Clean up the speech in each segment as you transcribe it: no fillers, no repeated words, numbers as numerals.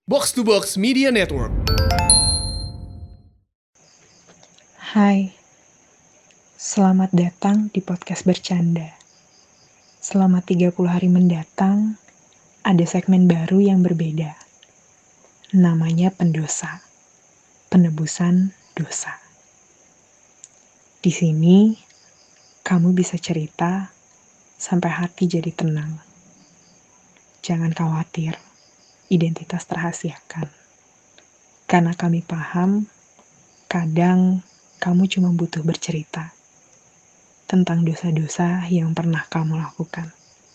Box to Box Media Network. Hai, selamat datang di podcast bercanda. Selama 30 hari mendatang, ada segmen baru yang berbeda. Namanya pendosa, penebusan dosa. Di sini, kamu bisa cerita sampai hati jadi tenang. Jangan khawatir, identitas terahasiakan. Karena kami paham, kadang kamu cuma butuh bercerita tentang dosa-dosa yang pernah kamu lakukan.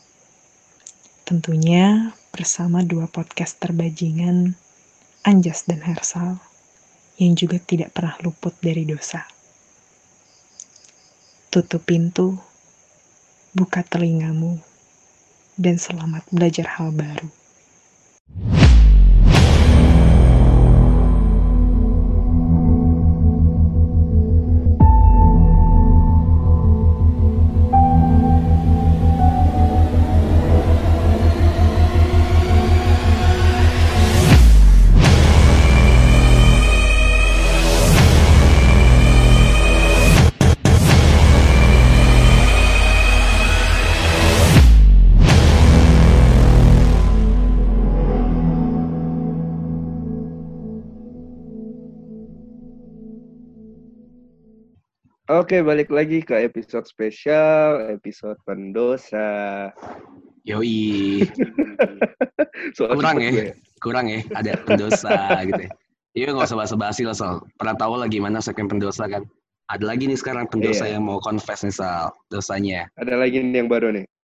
Tentunya bersama dua podcast terbajingan, Anjas dan Hersal, yang juga tidak pernah luput dari dosa. Tutup pintu, buka telingamu, dan selamat belajar hal baru. Oke, balik lagi ke episode spesial, episode pendosa. Yoi, Soal kurang cepet ya, gue. kurang ya, ada pendosa gitu ya. Iya nggak usah basa-basi lah Sal. Pernah tahu lah gimana segmen pendosa kan? Ada lagi nih sekarang pendosa Iya. yang mau confess nih Sal, dosanya. Ada lagi nih yang baru nih.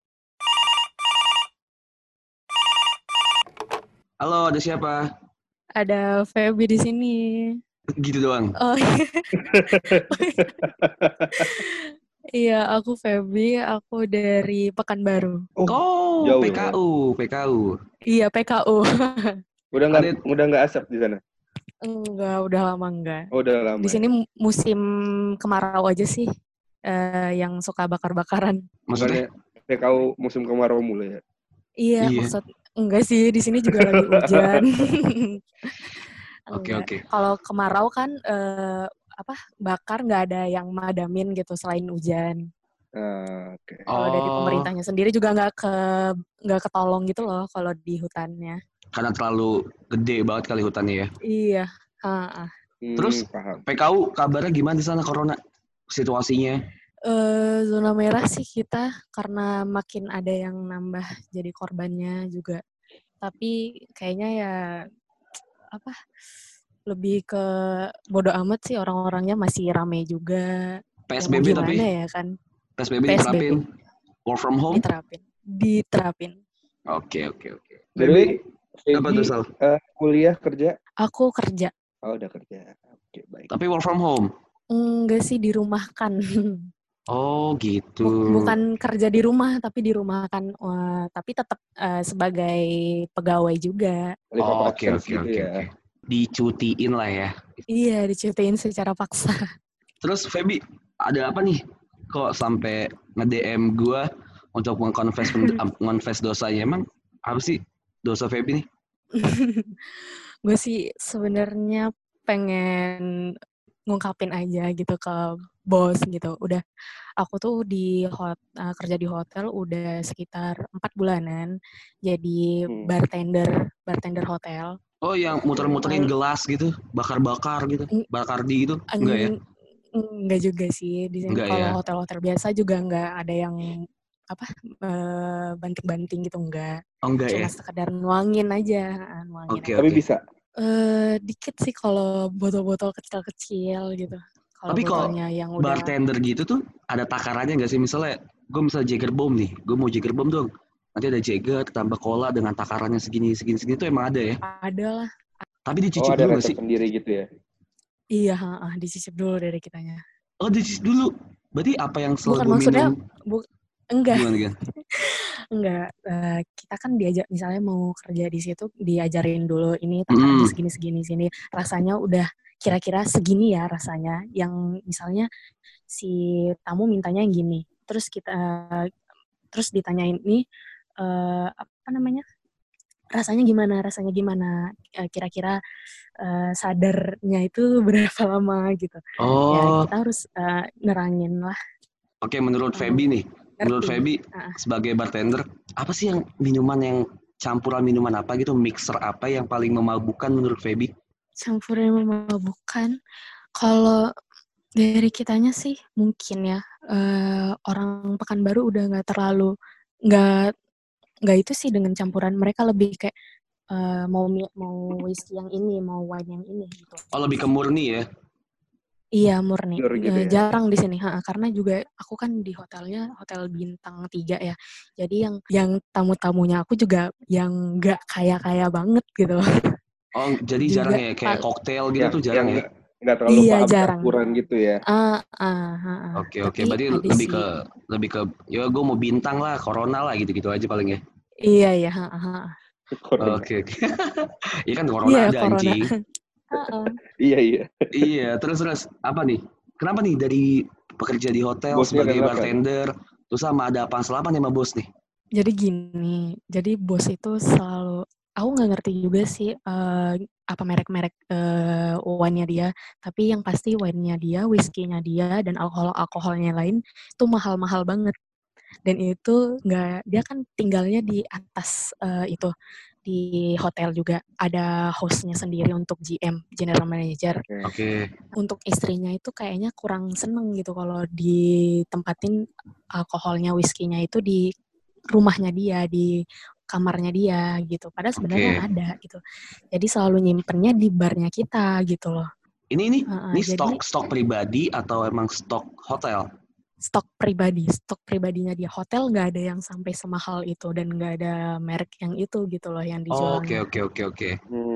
Halo, ada siapa? Ada Feby di sini. Gitu doang. Oh iya, aku Feby, aku dari Pekanbaru. Oh, jauh ya. PKU. Iya, PKU. Udah nggak asap di sana? Enggak, udah lama enggak. Oh, udah lama. Di sini musim kemarau aja sih, yang suka bakar-bakaran. Maksudnya? PKU musim kemarau mulai ya. Iya, Iya. maksud enggak sih, di sini juga lagi hujan. Oke. Kalau kemarau kan bakar nggak ada yang madamin gitu selain hujan. Oke. Kalau dari pemerintahnya sendiri juga nggak ketolong gitu loh kalau di hutannya. Karena terlalu gede banget kali hutannya ya. Iya. Terus Paham. PKU kabarnya gimana di sana corona situasinya? Zona merah sih kita karena makin ada yang nambah jadi korbannya juga. Tapi kayaknya ya lebih ke bodo amat sih, orang-orangnya masih rame juga. PSBB ya mau tapi? gimana ya kan? PSBB diterapin? Work from home? Diterapin. Oke. Jadi, Apa tuh Sal? kuliah kerja? Aku kerja. Oh, udah kerja. Oke, baik. Tapi work from home? Enggak sih, dirumahkan. Oh gitu. Bukan kerja di rumah, tapi dirumahkan. Tapi tetap sebagai pegawai juga. Oh, oke. Dicutiin lah ya. Iya, dicutiin secara paksa. Terus Feby, ada apa nih? Kok sampai nge-DM gue untuk nge-confess dosanya? Emang apa sih dosa Feby nih? Gue sih sebenarnya pengen ngungkapin aja gitu ke bos gitu. Udah, aku tuh kerja di hotel udah sekitar 4 bulanan. Jadi bartender hotel. Oh, yang muter-muterin gelas gitu, bakar-bakar gitu, bakardi gitu, enggak ya? Enggak juga sih. Di sini kalau hotel-hotel biasa juga enggak ada yang banting-banting gitu, enggak. Oh, enggak cuma ya? sekedar nuangin aja. Tapi bisa? Dikit sih kalau botol-botol kecil-kecil gitu. Tapi kalau yang udah bartender gitu tuh ada takarannya nggak sih? Misalnya gue Jager Bomb nih, gue mau Jager Bomb dong. Nanti ada Jager tambah cola dengan takarannya segini tuh emang ada ya? Ada lah. Tapi dicicip ada dulu nggak resep sih? Sendiri gitu ya? Iya, dicicip dulu dari kitanya. Oh, dicicip dulu. Berarti apa yang Bukan gue maksudnya, minum? enggak. Gimana? Enggak. Kita kan diajak, misalnya mau kerja di situ, diajarin dulu ini takarannya segini sini. Rasanya udah kira-kira segini ya rasanya. Yang misalnya si tamu mintanya yang gini. Terus ditanyain nih apa namanya? rasanya gimana, kira-kira sadarnya itu berapa lama gitu. Ya Oh, kita harus nerangin lah. oke. Menurut Kalau Feby nih, menurut ngerti. Feby sebagai bartender, apa sih yang minuman yang campuran minuman apa gitu, mixer apa yang paling memabukkan menurut Feby? Campuran memabukkan. Kalau dari kitanya sih mungkin ya orang Pekanbaru udah nggak itu sih dengan campuran. Mereka lebih kayak mau whisky yang ini, mau wine yang ini gitu. Oh, lebih ke murni ya? Iya, murni. Pure gitu ya. Jarang di sini, karena juga aku kan di hotelnya hotel bintang 3 ya. Jadi yang tamu-tamunya aku juga yang nggak kaya-kaya banget gitu. Oh, jadi Juga jarang ya kayak koktail gitu tuh jarang ya? Nggak terlalu iya, paham jarang. campuran gitu ya. Oke, Tapi berarti ada lebih sih. ke ya gue mau bintang lah, corona lah gitu-gitu aja paling ya. Iya, ya. Corona. Oke. Iya kan corona Iya, ada corona. anjing. Iya. Iya, terus apa nih? Kenapa nih dari pekerja di hotel Bosnya sebagai kenapa? bartender, terus sama ada apa selama nih sama bos nih? Jadi gini, jadi bos itu selalu, aku nggak ngerti juga sih apa merek-merek wine-nya dia, tapi yang pasti wine-nya dia, whisky-nya dia, dan alkoholnya lain itu mahal-mahal banget. Dan itu nggak, dia kan tinggalnya di atas itu, di hotel juga. Ada host-nya sendiri untuk GM, General Manager. Oke. Untuk istrinya itu kayaknya kurang seneng gitu kalau ditempatin alkoholnya, whisky-nya itu di rumahnya dia, di kamarnya dia gitu. Padahal sebenarnya ada gitu. Jadi selalu nyimpennya di barnya kita gitu loh. Ini Jadi stok pribadi atau emang stok hotel? stok pribadinya dia. Hotel nggak ada yang sampai semahal itu dan nggak ada merek yang itu gitu loh yang dijualnya. Oke.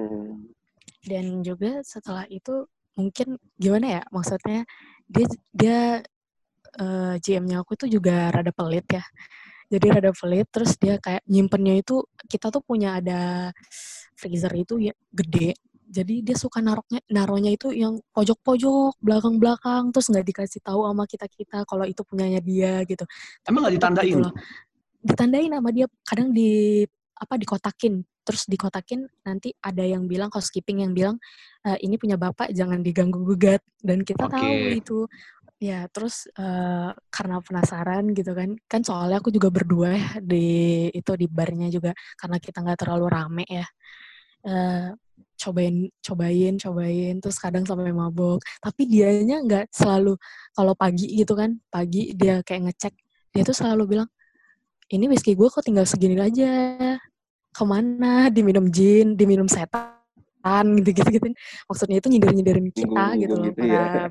Dan juga setelah itu mungkin gimana ya, maksudnya dia GM-nya aku tuh juga rada pelit ya. Jadi rada pelit, terus dia kayak nyimpennya itu, kita tuh punya ada freezer itu ya gede. Jadi dia suka naruhnya itu yang pojok-pojok, belakang-belakang, terus nggak dikasih tahu sama kita kalau itu punyanya dia gitu. Tapi Emang nggak tetep ditandain? gitu loh. Ditandain sama dia, kadang dikotakin. Terus dikotakin, nanti ada yang bilang, housekeeping yang bilang, ini punya bapak, jangan diganggu gugat. Dan kita tahu itu. Ya, terus karena penasaran gitu kan soalnya aku juga berdua ya di barnya juga, karena kita nggak terlalu rame ya. Cobain, terus kadang sampai mabok. Tapi dianya nggak selalu, kalau pagi gitu kan, pagi dia kayak ngecek, dia tuh selalu bilang, ini whisky gue kok tinggal segini aja, kemana, diminum jin, diminum setan, gitu. Maksudnya itu nyindir-nyindirin kita gitu loh, para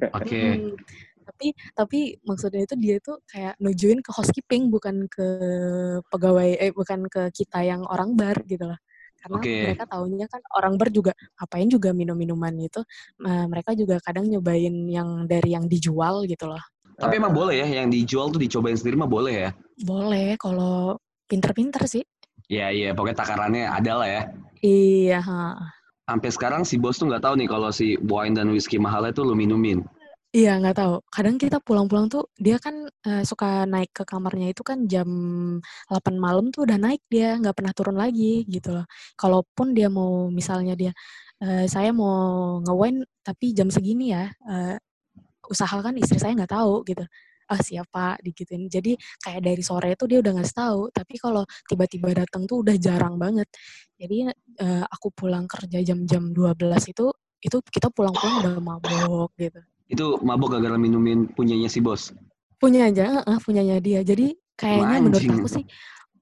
tapi maksudnya itu dia tuh kayak nujuin ke housekeeping, bukan ke bukan ke kita yang orang bar gitu loh. Karena mereka taunya kan orang bar juga ngapain juga minum minuman itu, mereka juga kadang nyobain yang dari yang dijual gitu loh. Tapi emang boleh ya yang dijual tuh dicobain sendiri mah boleh ya? Boleh kalau pinter-pinter sih. Iya, pokoknya takarannya ada lah ya. Iya. Sampai sekarang si bos tuh nggak tahu nih kalau si wine dan whisky mahalnya tuh lu minumin. Iya, nggak tahu. Kadang kita pulang-pulang tuh, dia kan suka naik ke kamarnya itu kan jam 8 malam tuh udah naik dia, nggak pernah turun lagi gitu loh. Kalaupun dia mau, misalnya dia, saya mau nge-wine tapi jam segini ya, usahakan istri saya nggak tahu gitu. Siapa digituin. Jadi kayak dari sore itu dia udah ngasih tahu, tapi kalau tiba-tiba datang tuh udah jarang banget. Jadi aku pulang kerja jam-jam 12 itu kita pulang-pulang udah mabok gitu. Itu mabok gara-gara minumin punyanya si bos? Punyanya dia. Jadi kayaknya menurut aku sih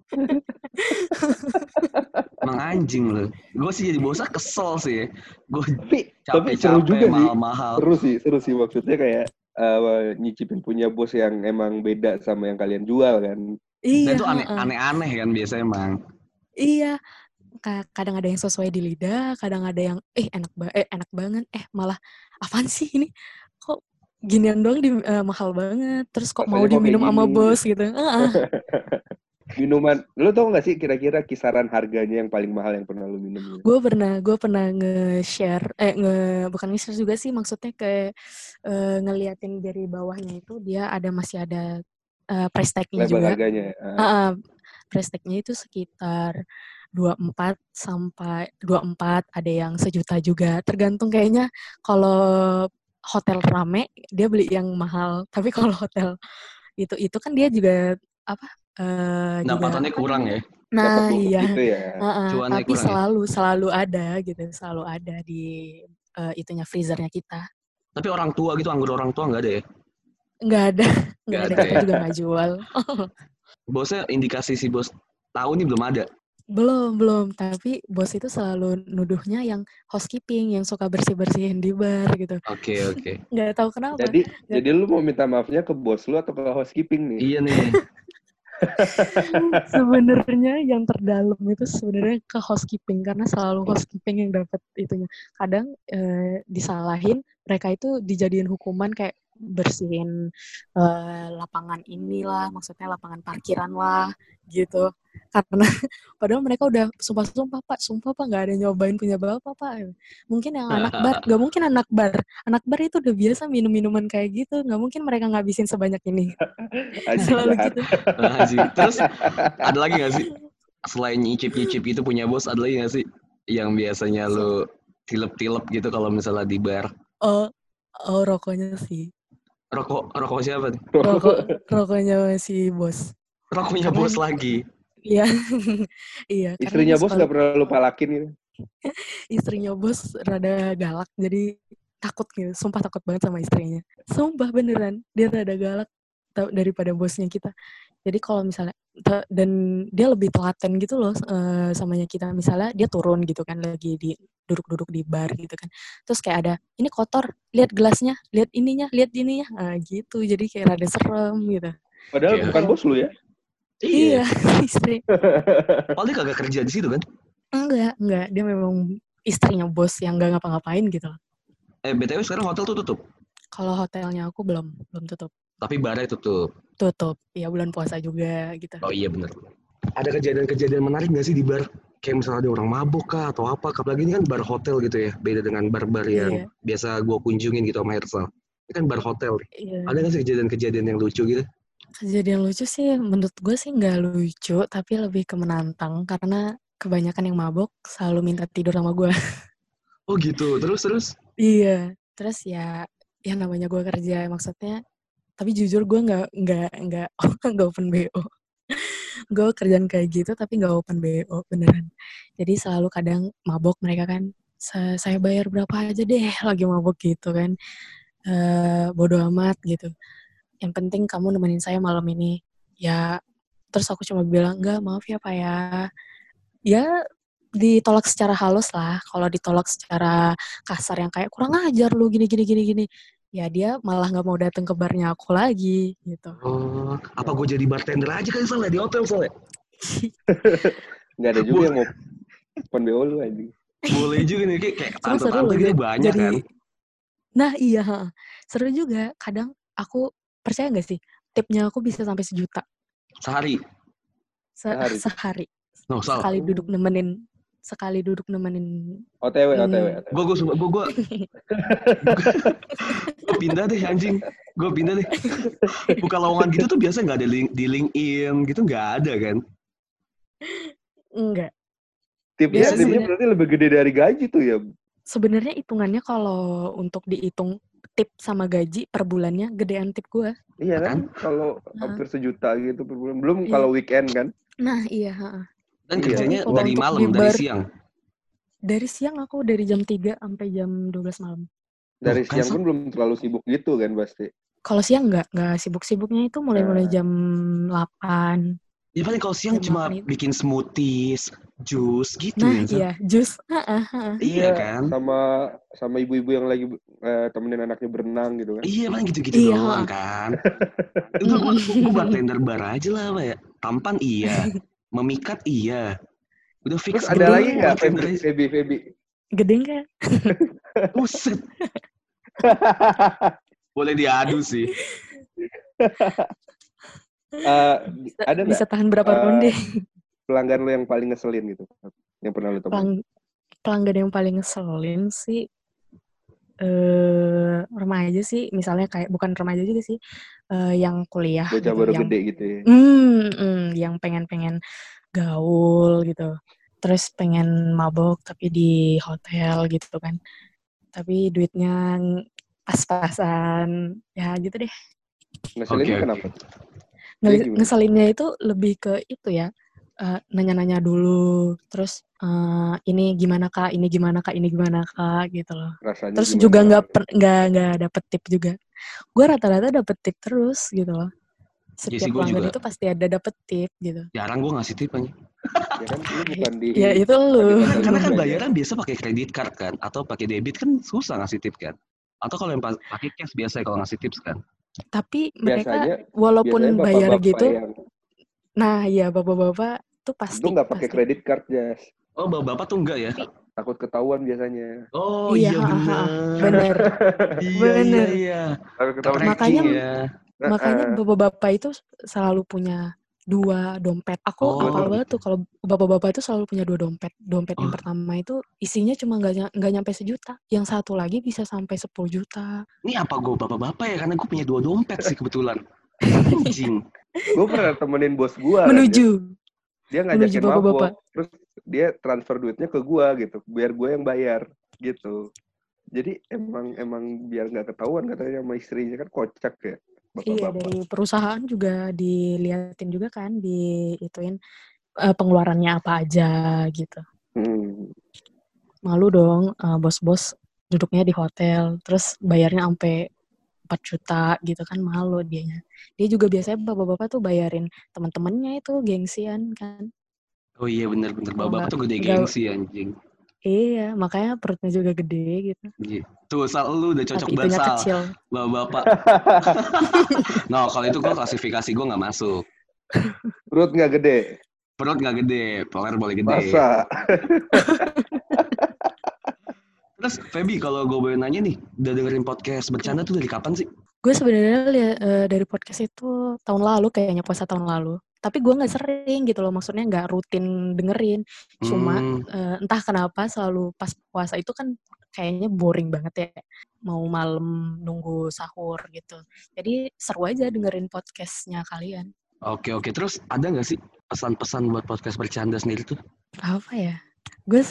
emang anjing loh. Gue sih jadi bosnya kesel sih. Gue tapi seru juga sih. mahal-mahal. Seru sih maksudnya kayak nyicipin punya bos yang emang beda sama yang kalian jual kan. Iya. Dan itu aneh-aneh kan biasanya emang. Iya. Kadang ada yang sesuai di lidah, kadang ada yang enak banget, malah apaan sih ini? Kok ginian doang mahal banget, terus kok mau diminum sama bos gitu. Minuman, lo tau gak sih kira-kira kisaran harganya yang paling mahal yang pernah lo minum? Gue pernah nge-share, bukan nge-share juga sih, maksudnya kayak ngeliatin dari bawahnya itu dia masih ada price tag-nya juga. Label harganya. Price tag-nya itu sekitar 24 ada yang sejuta juga. Tergantung kayaknya kalau hotel rame dia beli yang mahal. Tapi kalau hotel itu kan dia juga apa juga Pendapatannya apa kurang namanya? ya. Dapat Nah, bonus iya. gitu ya. Cuannya Tapi kurang ya. selalu ada gitu, selalu ada di itunya freezernya kita. Tapi orang tua gitu, anggur orang tua nggak ada ya? Nggak ada, Nggak ada kita ya. juga nggak jual. Bosnya indikasi si bos tahu ini belum ada. Belum, tapi bos itu selalu nuduhnya yang housekeeping, yang suka bersih-bersihin di bar gitu. Oke. Nggak tahu kenapa. Jadi lu mau minta maafnya ke bos lu atau ke housekeeping nih? Iya nih. Sebenarnya yang terdalam itu sebenarnya ke housekeeping karena selalu housekeeping yang dapat itunya. Kadang disalahin, mereka itu dijadiin hukuman kayak bersihin lapangan inilah, maksudnya lapangan parkiran lah gitu. Karena padahal mereka udah sumpah pak nggak ada nyobain punya bapak pak. Mungkin yang anak bar, nggak mungkin anak bar itu udah biasa minum minuman kayak gitu, nggak mungkin mereka ngabisin sebanyak ini. Anjing Selalu jahat. gitu. Anjing. Terus ada lagi nggak sih selain nyicip itu punya bos, ada lagi nggak sih yang biasanya lu tilep gitu kalau misalnya di bar? Oh rokoknya sih. Rokok siapa nih? Rokoknya si bos. Rokoknya Karena bos lagi. iya. Iya, karena Istrinya dia bos suka nggak pernah lu palakin gitu. istrinya bos rada galak, jadi takut gitu. Sumpah takut banget sama istrinya. Sumpah beneran, dia rada galak daripada bosnya kita. Jadi kalau misalnya dan dia lebih telaten gitu loh samanya kita. Misalnya dia turun gitu kan lagi duduk-duduk di bar gitu kan. Terus kayak ada, ini kotor, lihat gelasnya, lihat ininya. Nah, gitu. Jadi kayak rada serem gitu. Padahal bukan bos lu ya. Iya, istri. Oh, dia kagak kerja di situ kan? Enggak. Dia memang istrinya bos yang nggak ngapa-ngapain gitu loh. BTW sekarang hotel tuh tutup. Kalau hotelnya aku belum tutup. Tapi barnya tutup. Tutup. Ya bulan puasa juga gitu. Oh iya benar. Ada kejadian-kejadian menarik nggak sih di bar? Kayak misalnya ada orang mabuk kah atau apa? Apalagi ini kan bar hotel gitu ya. Beda dengan bar-bar yang biasa gue kunjungin gitu sama Hersal. Ini kan bar hotel. Iya. Ada nggak sih kejadian-kejadian yang lucu gitu? Kejadian lucu sih menurut gue sih nggak lucu, tapi lebih ke menantang karena kebanyakan yang mabok selalu minta tidur sama gue. Oh gitu, terus? Iya, terus ya namanya gue kerja maksudnya, tapi jujur gue nggak open BO. Gue kerjaan kayak gitu tapi nggak open BO beneran. Jadi selalu kadang mabok mereka kan, saya bayar berapa aja deh lagi mabok gitu kan, bodo amat gitu. Yang penting kamu nemenin saya malam ini. Ya, terus aku cuma bilang, enggak, maaf ya Pak ya. Ya, ditolak secara halus lah. Kalau ditolak secara kasar yang kayak, kurang ajar lu, gini. Ya, dia malah gak mau datang ke barnya aku lagi, gitu. Oh, apa gue jadi bartender aja kan Sal, di hotel Sal ya? Nggak ada juga yang mau open BO lu anjing. Boleh juga nih, kayak tante-tante gitu banyak kan. Nah iya, seru juga. Kadang aku, percaya gak sih, tipnya aku bisa sampai 1 juta. Sehari? Sehari. No, Sal. Sekali duduk nemenin OTW. Gue pindah deh anjing. Gue pindah deh. Buka lowongan gitu tuh biasa nggak ada di LinkedIn gitu, nggak ada kan? Enggak. Tipnya berarti lebih gede dari gaji tuh ya? Sebenarnya hitungannya kalau untuk dihitung tip sama gaji per bulannya gedean tip gue. Iya kan? Kalau hampir 1 juta gitu per bulan. Belum kalau weekend kan? Nah iya. Dan kerjanya dari malam, dari siang? Dari siang aku dari jam 3 sampai jam 12 malam. Dari siang pun belum terlalu sibuk gitu kan pasti? Kalau siang nggak sibuk-sibuknya itu mulai jam 8. Ya paling kalau siang cuma bikin smoothies, jus gitu. Nah iya, jus. Iya kan? Sama ibu-ibu yang lagi temenin anaknya berenang gitu kan? Iya paling gitu-gitu doang kan. Gue bartender bar aja lah Pak ya. Tampan iya, memikat iya. Udah fix. Terus ada lagi nggak Feby? Gede nggak? Buset. Boleh diadu sih. Ada nggak? Bisa tahan berapa ronde? Pelanggan lo yang paling ngeselin gitu? Yang pernah lo temuin? Pelanggan yang paling ngeselin sih remaja sih, misalnya kayak bukan remaja juga sih, yang kuliah. Bocah baru gede gitu ya? Yang pengen gaul gitu. terus pengen mabok tapi di hotel gitu kan. Tapi duitnya pas-pasan, ya gitu deh. Ngeselinnya Oke. kenapa? Dia gimana? Ngeselinnya itu lebih ke itu ya, nanya-nanya dulu, terus ini gimana kak, ini gimana kak, ini gimana kak, gitu loh. Rasanya Terus gimana? juga nggak dapet tip juga. Gue rata-rata dapet tip terus gitu loh. sih, Setiap gua pelanggan juga. itu pasti ada dapet tip gitu. Jarang gue ngasih tip aja. Ya kan lu bukan di Ya itu lu. Karena kan bayaran biasa pakai kredit card kan, atau pakai debit kan susah ngasih tip kan. Atau kalau yang pakai cash biasa kalau ngasih tips kan. Tapi biasanya mereka walaupun bayar bapak-bapak gitu, yang nah ya bapak-bapak tuh itu pasti. nggak pakai kredit card, Jas. Oh, bapak tuh enggak ya? Takut ketahuan biasanya. Oh Iya, iya bener. Iya. Takut ketahuan. Makanya Makanya bapak-bapak itu selalu punya 2 dompet. Aku apal banget tuh kalau bapak-bapak itu selalu punya 2 dompet. Dompet yang pertama itu isinya cuma nggak nyampe 1 juta. Yang satu lagi bisa sampai 10 juta. Ini apa gue bapak-bapak ya? Karena gue punya 2 dompet sih kebetulan. Anjing. gue pernah temenin bos gue Menuju. kan, dia ngajakin bapak-bapak. mabok, terus dia transfer duitnya ke gue gitu, biar gue yang bayar gitu. Jadi emang biar nggak ketahuan katanya sama istrinya, kan kocak ya. Iya, dari perusahaan juga diliatin juga kan, diituin pengeluarannya apa aja gitu. Malu dong bos-bos duduknya di hotel, terus bayarnya sampai 4 juta gitu kan, malu dianya. Dia juga biasanya bapak-bapak tuh bayarin teman-temannya itu gengsian kan. Oh iya bener-bener, bapak-bapak tuh gede gengsi anjing. Iya, makanya perutnya juga gede gitu. Tuh, Sal, lu udah cocok tapi banget, itunya Sal. kecil. Bapak-bapak. No, kalau itu gue klasifikasi gue gak masuk. Perut nggak gede? Perut gak gede, poler boleh gede. Masa? Terus, Feby, kalau gue boleh nanya nih, udah dengerin podcast bercanda tuh dari kapan sih? Gue sebenarnya lihat dari podcast itu tahun lalu, kayaknya puasa tahun lalu. Tapi gue nggak sering gitu loh, maksudnya nggak rutin dengerin. Cuma entah kenapa selalu pas puasa itu kan kayaknya boring banget ya, mau malam nunggu sahur gitu. Jadi seru aja dengerin podcastnya kalian. Oke. Terus ada nggak sih pesan-pesan buat podcast bercanda sendiri tuh? Apa ya? Gue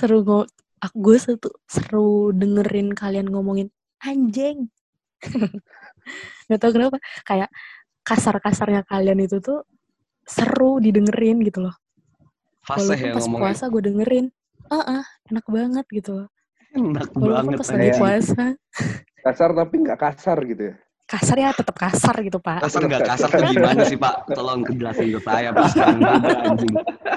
seru dengerin kalian ngomongin anjing. Gak tau kenapa, kayak kasar-kasarnya kalian itu tuh seru didengerin gitu loh. Walaupun pas ngomongin. Puasa gue dengerin, enak banget gitu. Enak walaupun banget. Pas lagi puasa. Kasar tapi nggak kasar gitu ya? Kasar ya tetap kasar gitu, Pak. Kasar nggak kasar tuh gimana sih, Pak? Tolong jelasin ke saya, Pak. Sekarang juga anjing.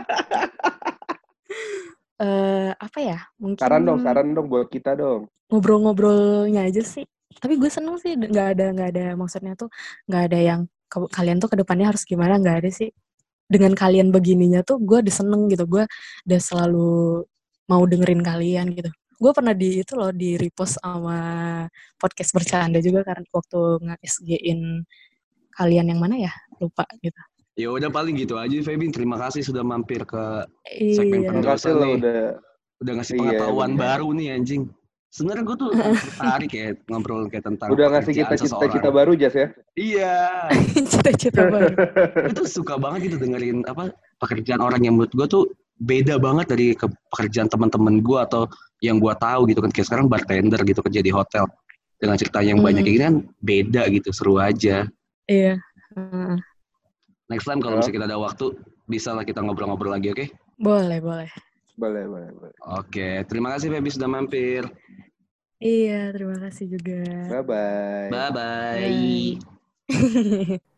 Apa ya? Mungkin Saran dong buat kita dong. Ngobrol-ngobrolnya aja sih. Tapi gue seneng sih, nggak ada maksudnya tuh nggak ada yang kalian tuh kedepannya harus gimana, nggak ada sih. Dengan kalian begininya tuh gue udah seneng gitu, gue udah selalu mau dengerin kalian gitu. Gue pernah di repost sama podcast bercanda juga karena waktu nge-SG-in kalian yang mana ya, lupa gitu. Ya udah paling gitu aja, Feby. Terima kasih sudah mampir ke segmen penjelasan nih. Udah ngasih pengetahuan baru nih anjing. Sebenarnya gue tuh tertarik ya ngobrol kayak tentang udah ngasih kita cita-cita baru, Jas ya? Iya. Cita-cita baru. Gue tuh suka banget gitu dengerin pekerjaan orang yang menurut gue tuh beda banget dari pekerjaan teman-teman gue atau yang gue tahu gitu kan. Kayak sekarang bartender gitu kerja di hotel. Dengan cerita yang banyak kayak gini kan beda gitu, seru aja. Iya. Next time kalau misalnya kita ada waktu, bisa lah kita ngobrol-ngobrol lagi, oke? Boleh. Boleh. Oke, terima kasih Feby sudah mampir. Iya, terima kasih juga. Bye-bye. Bye-bye.